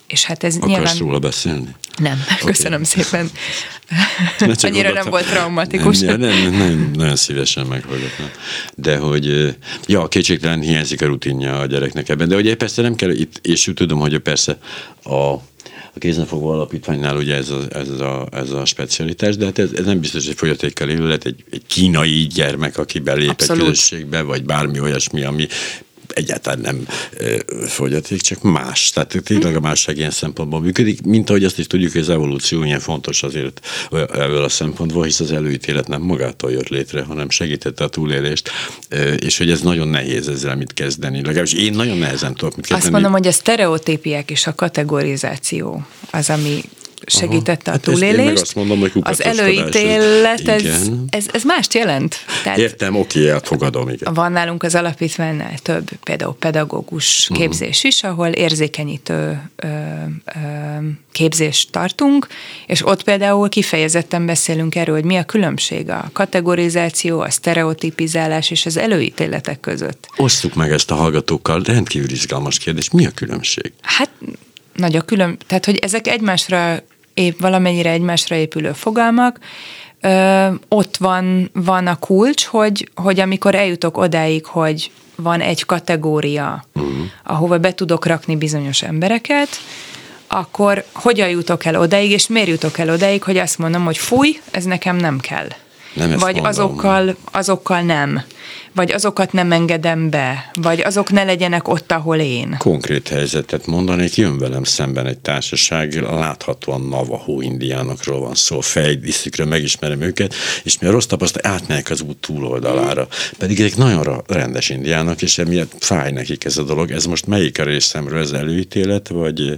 És hát ez Akarsz nyilván... róla beszélni? Nem, okay. Köszönöm szépen. Annyira nem volt traumatikus. Nem, nem, nem, nem, nagyon szívesen meghallgatnám. De hogy, ja, kétségtelen hiányzik a rutinja a gyereknek ebben. De ugye persze nem kell, itt, és tudom, hogy persze a A Kézenfogva Alapítványnál ugye ez a, ez a, ez a specialitás, de hát ez, ez nem biztos, hogy fogyatékkal élő, lehet egy, egy kínai gyermek, aki belép Abszolút. Egy közösségbe, vagy bármi olyasmi, ami egyáltalán nem ö, fogyaték, csak más. Tehát tényleg a másság ilyen szempontból működik, mint ahogy azt is tudjuk, hogy az evolúció ilyen fontos azért ebből a szempontból, hisz az előítélet nem magától jött létre, hanem segítette a túlélést, ö, és hogy ez nagyon nehéz ezzel mit kezdeni. Legalábbis én nagyon nehezen tudok mit kezdeni. Azt mondom, hogy a sztereotípiák és a kategorizáció az, ami segítette Aha. a túlélést. Hát azt mondom, hogy az előítélet, ez, ez, ez mást jelent. Tehát Értem, oké, elfogadom. Igen. Van nálunk az alapítványnál több, például pedagógus uh-huh. képzés is, ahol érzékenyítő ö, ö, képzést tartunk, és ott például kifejezetten beszélünk erről, hogy mi a különbség a kategorizáció, a sztereotipizálás és az előítéletek között. Osztuk meg ezt a hallgatókkal, rendkívül izgalmas kérdés. Mi a különbség? Hát nagy a külön, tehát hogy ezek egymásra épp valamennyire egymásra épülő fogalmak, ö, ott van, van a kulcs, hogy, hogy amikor eljutok odáig, hogy van egy kategória, uh-huh. ahova be tudok rakni bizonyos embereket, akkor hogyan jutok el odáig, és miért jutok el odáig, hogy azt mondom, hogy fúj, ez nekem nem kell. Nem vagy azokkal, azokkal nem. Vagy azokat nem engedem be. Vagy azok ne legyenek ott, ahol én. Konkrét helyzetet mondanék, jön velem szemben egy társaság, láthatóan Navajo indiánokról van szó, fejdíszükről, megismerem őket, és mi a rossz tapasztalat, átmegyek az út túloldalára. Pedig ezek nagyon rendes indiánok, és emiatt fáj nekik ez a dolog. Ez most melyik a részemről, ez előítélet, vagy...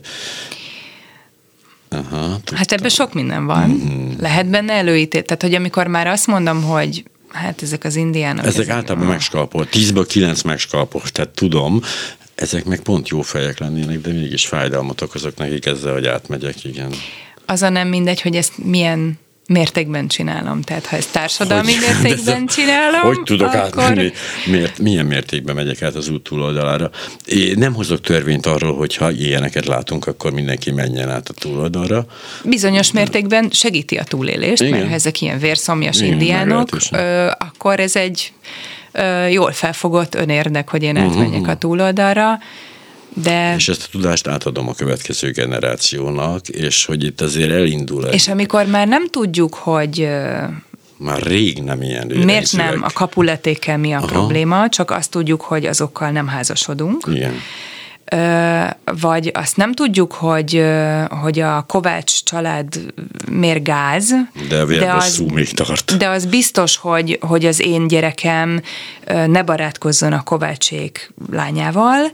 Aha, hát ebben sok minden van. Mm-hmm. Lehet benne előítélet. Tehát, hogy amikor már azt mondom, hogy hát ezek az indiánok... Ezek, ezek általában megskalpol. Tízből kilenc megskalpol. Tehát tudom, ezek meg pont jó fejek lennének, de mégis fájdalmat okozok nekik ezzel, hogy átmegyek, igen. Az a nem mindegy, hogy ezt milyen mértékben csinálom. Tehát ha ezt társadalmi hogy, mértékben csinálom, hogy tudok akkor... átmenni? Miért, milyen mértékben megyek át az út túloldalára? Én nem hozok törvényt arról, hogy ha ilyeneket látunk, akkor mindenki menjen át a túloldalra. Bizonyos mértékben segíti a túlélést, igen. mert ha ezek ilyen vérszomjas igen, indiánok, ö, akkor ez egy ö, jól felfogott önérdek, hogy én átmenjek uh-huh. a túloldalra. De... És ezt a tudást átadom a következő generációnak, és hogy itt azért elindul. És amikor már nem tudjuk, hogy... Már rég nem ilyen. Miért nem a kapuletékkel mi a Aha. probléma, csak azt tudjuk, hogy azokkal nem házasodunk. Igen. Vagy azt nem tudjuk, hogy, hogy a Kovács család miért gáz. De a vérbosszú még tart. De az biztos, hogy, hogy az én gyerekem ne barátkozzon a Kovácsék lányával,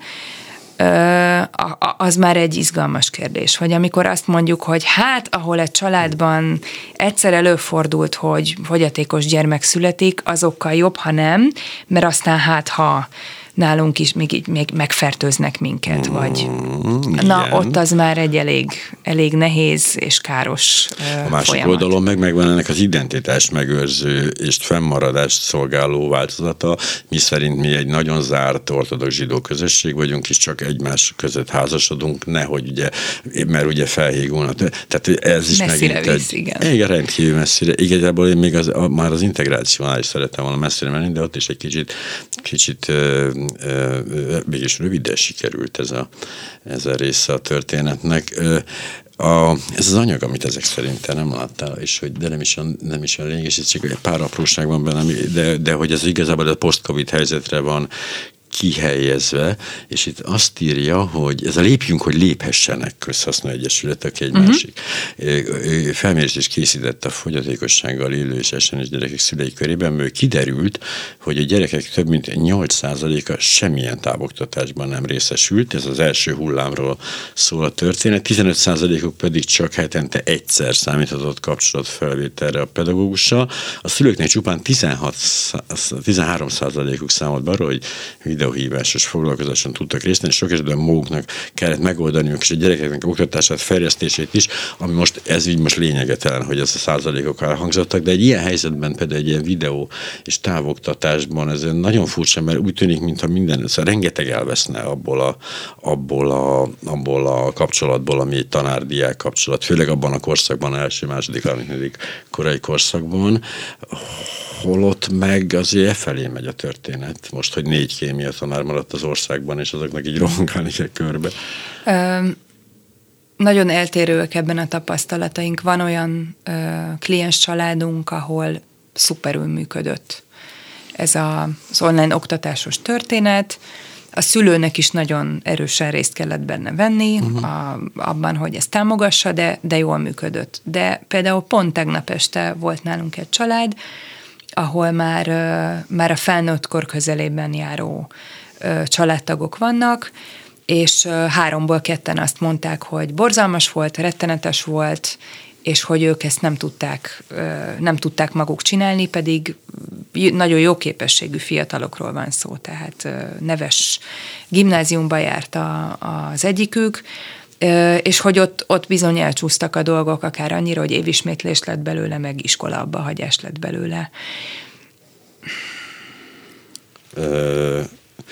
az már egy izgalmas kérdés. Vagy amikor azt mondjuk, hogy hát, ahol egy családban egyszer előfordult, hogy fogyatékos gyermek születik, azokkal jobb, ha nem, mert aztán hát, ha nálunk is még így még megfertőznek minket, vagy mm, na, ott az már egy elég, elég nehéz és káros A másik folyamat. oldalon meg megvan ennek az identitás megőrző és fennmaradást szolgáló változata, mi szerint mi egy nagyon zárt ortodox zsidó közösség vagyunk, és csak egymás között házasodunk, nehogy ugye, mert ugye felhígulnak. Tehát ez is messzire megint visz, egy... igen. Igen, rendkívül messzire. Igazából én még az, a, már az integrációnál is szerettem volna messzire menni, de ott is egy kicsit, kicsit mégis röviden sikerült ez a, ez a része a történetnek. A, ez az anyag, amit ezek szerint te nem láttál, és hogy de nem is a, nem is a lényeg, és ez csak egy pár apróság van benne, de, de hogy ez igazából a post-covid helyzetre van kihelyezve, és itt azt írja, hogy ez a lépjünk, hogy léphessenek közhasznú egyesületek egy uh-huh. másik. Felmérést is készített a fogyatékossággal élő és esenes gyerekek szülei körében, mert kiderült, hogy a gyerekek több mint nyolc százaléka semmilyen távoktatásban nem részesült, ez az első hullámról szól a történet, tizenöt százalékuk pedig csak hetente egyszer számíthatott kapcsolatfelvételre a pedagógussal. A szülőknek csupán tizenhat, tizenhárom százalékuk számolt be arról, hogy videóhívásos foglalkozáson tudtak részt venni, sok esetben maguknak kellett megoldaniuk, és a gyerekeknek oktatását, fejlesztését is, ami most, ez így most lényegetlen, hogy ez a százalékok elhangzottak, de egy ilyen helyzetben például egy ilyen videó és távoktatásban ez nagyon furcsa, mert úgy tűnik, mintha minden, szóval rengeteg elveszne abból a, abból a, abból a kapcsolatból, ami egy tanár-diák kapcsolat, főleg abban a korszakban, első, második, harmadik korai korszakban, holott meg azért e felé megy a történet. Most, hogy négy kémia tanár maradt az országban, és azoknak így rohangálni kell körbe. Ö, nagyon eltérőek ebben a tapasztalataink. Van olyan ö, kliens családunk, ahol szuperül működött ez a, az online oktatásos történet. A szülőnek is nagyon erősen részt kellett benne venni, uh-huh. a, abban, hogy ezt támogassa, de, de jól működött. De például pont tegnap este volt nálunk egy család, ahol már, már a felnőtt kor közelében járó családtagok vannak, és háromból ketten azt mondták, hogy borzalmas volt, rettenetes volt, és hogy ők ezt nem tudták, nem tudták maguk csinálni, pedig nagyon jó képességű fiatalokról van szó, tehát neves gimnáziumba járt a, az egyikük, és hogy ott, ott bizony elcsúsztak a dolgok, akár annyira, hogy évismétlés lett belőle, meg iskola abbahagyás lett belőle. Uh,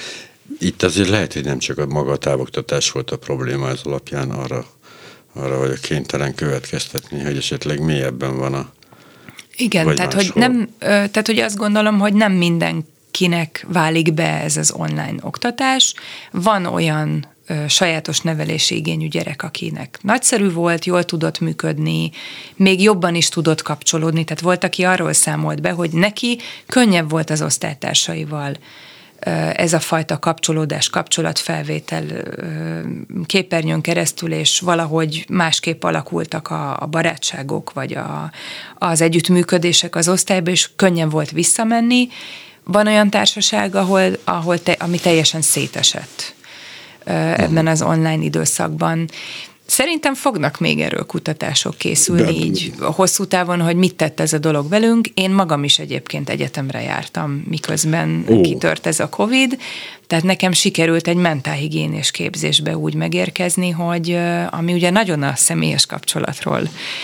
itt azért lehet, hogy nem csak a maga a távoktatás volt a probléma ez alapján, arra, arra vagyok kénytelen következtetni, hogy esetleg mélyebben van a... Igen, tehát hogy, nem, tehát hogy azt gondolom, hogy nem mindenkinek válik be ez az online oktatás. Van olyan sajátos nevelési igényű gyerek, akinek nagyszerű volt, jól tudott működni, még jobban is tudott kapcsolódni, tehát volt, aki arról számolt be, hogy neki könnyebb volt az osztálytársaival ez a fajta kapcsolódás, kapcsolatfelvétel képernyőn keresztül, és valahogy másképp alakultak a, a barátságok, vagy a, az együttműködések az osztályban, és könnyebb volt visszamenni. Van olyan társaság, ahol, ahol te, ami teljesen szétesett ebben az online időszakban. Szerintem fognak még erről kutatások készülni, de, így hosszú távon, hogy mit tett ez a dolog velünk. Én magam is egyébként egyetemre jártam, miközben ó. kitört ez a Covid, tehát nekem sikerült egy mentálhigiénés képzésbe úgy megérkezni, hogy ami ugye nagyon a személyes kapcsolatról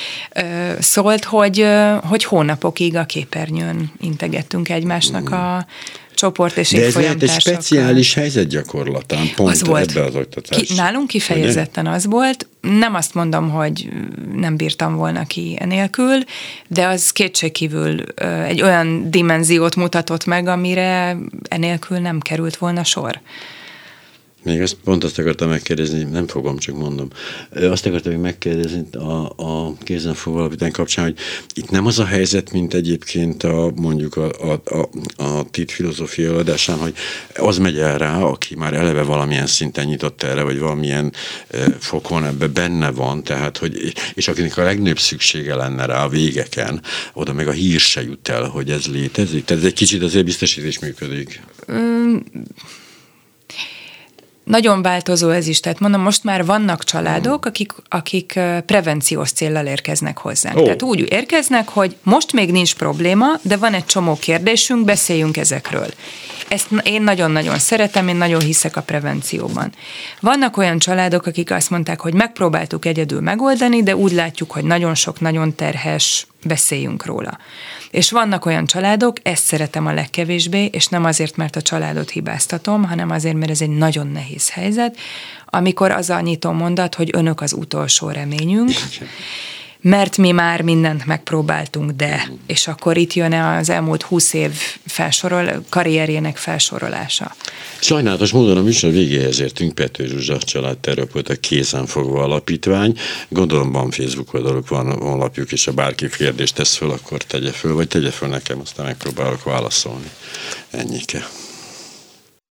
szólt, hogy, hogy hónapokig a képernyőn integettünk egymásnak a csoport és de ez lehet egy speciális helyzet gyakorlatán, pont az volt. Ebbe az oktatás. Ki, nálunk kifejezetten az volt. Nem azt mondom, hogy nem bírtam volna ki enélkül, de az kétségkívül egy olyan dimenziót mutatott meg, amire enélkül nem került volna sor. Még ezt pont azt akartam megkérdezni, nem fogom, csak mondom. Azt akartam még megkérdezni a, a kézenfogó alapítvány kapcsán, hogy itt nem az a helyzet, mint egyébként a, mondjuk a, a, a, a TIT filozófia adásán, hogy az megy el rá, aki már eleve valamilyen szinten nyitott erre, vagy valamilyen e, fokon ebbe benne van, tehát, hogy, és akinek a legnagyobb szüksége lenne rá a végeken, oda meg a hír se jut el, hogy ez létezik. Tehát ez egy kicsit azért biztos, is működik. Mm. Nagyon változó ez is, tehát mondom, most már vannak családok, akik, akik prevenciós céllal érkeznek hozzánk. Oh. Tehát úgy érkeznek, hogy most még nincs probléma, de van egy csomó kérdésünk, beszéljünk ezekről. Ezt én nagyon-nagyon szeretem, én nagyon hiszek a prevencióban. Vannak olyan családok, akik azt mondták, hogy megpróbáltuk egyedül megoldani, de úgy látjuk, hogy nagyon sok, nagyon terhes, beszéljünk róla. És vannak olyan családok, ezt szeretem a legkevésbé, és nem azért, mert a családot hibáztatom, hanem azért, mert ez egy nagyon nehéz helyzet, amikor az a nyitó mondat, hogy önök az utolsó reményünk, mert mi már mindent megpróbáltunk, de, és akkor itt jön az elmúlt húsz év felsorol, karrierjének felsorolása. Sajnálatos módon a műsor végéhez értünk. Pető Zsuzsa családterapeuta, Kézenfogva Alapítvány. Gondolom van Facebook oldaluk, van honlapjuk, és ha bárki kérdést tesz föl, akkor tegye föl, vagy tegye föl nekem, aztán megpróbálok válaszolni. Ennyike.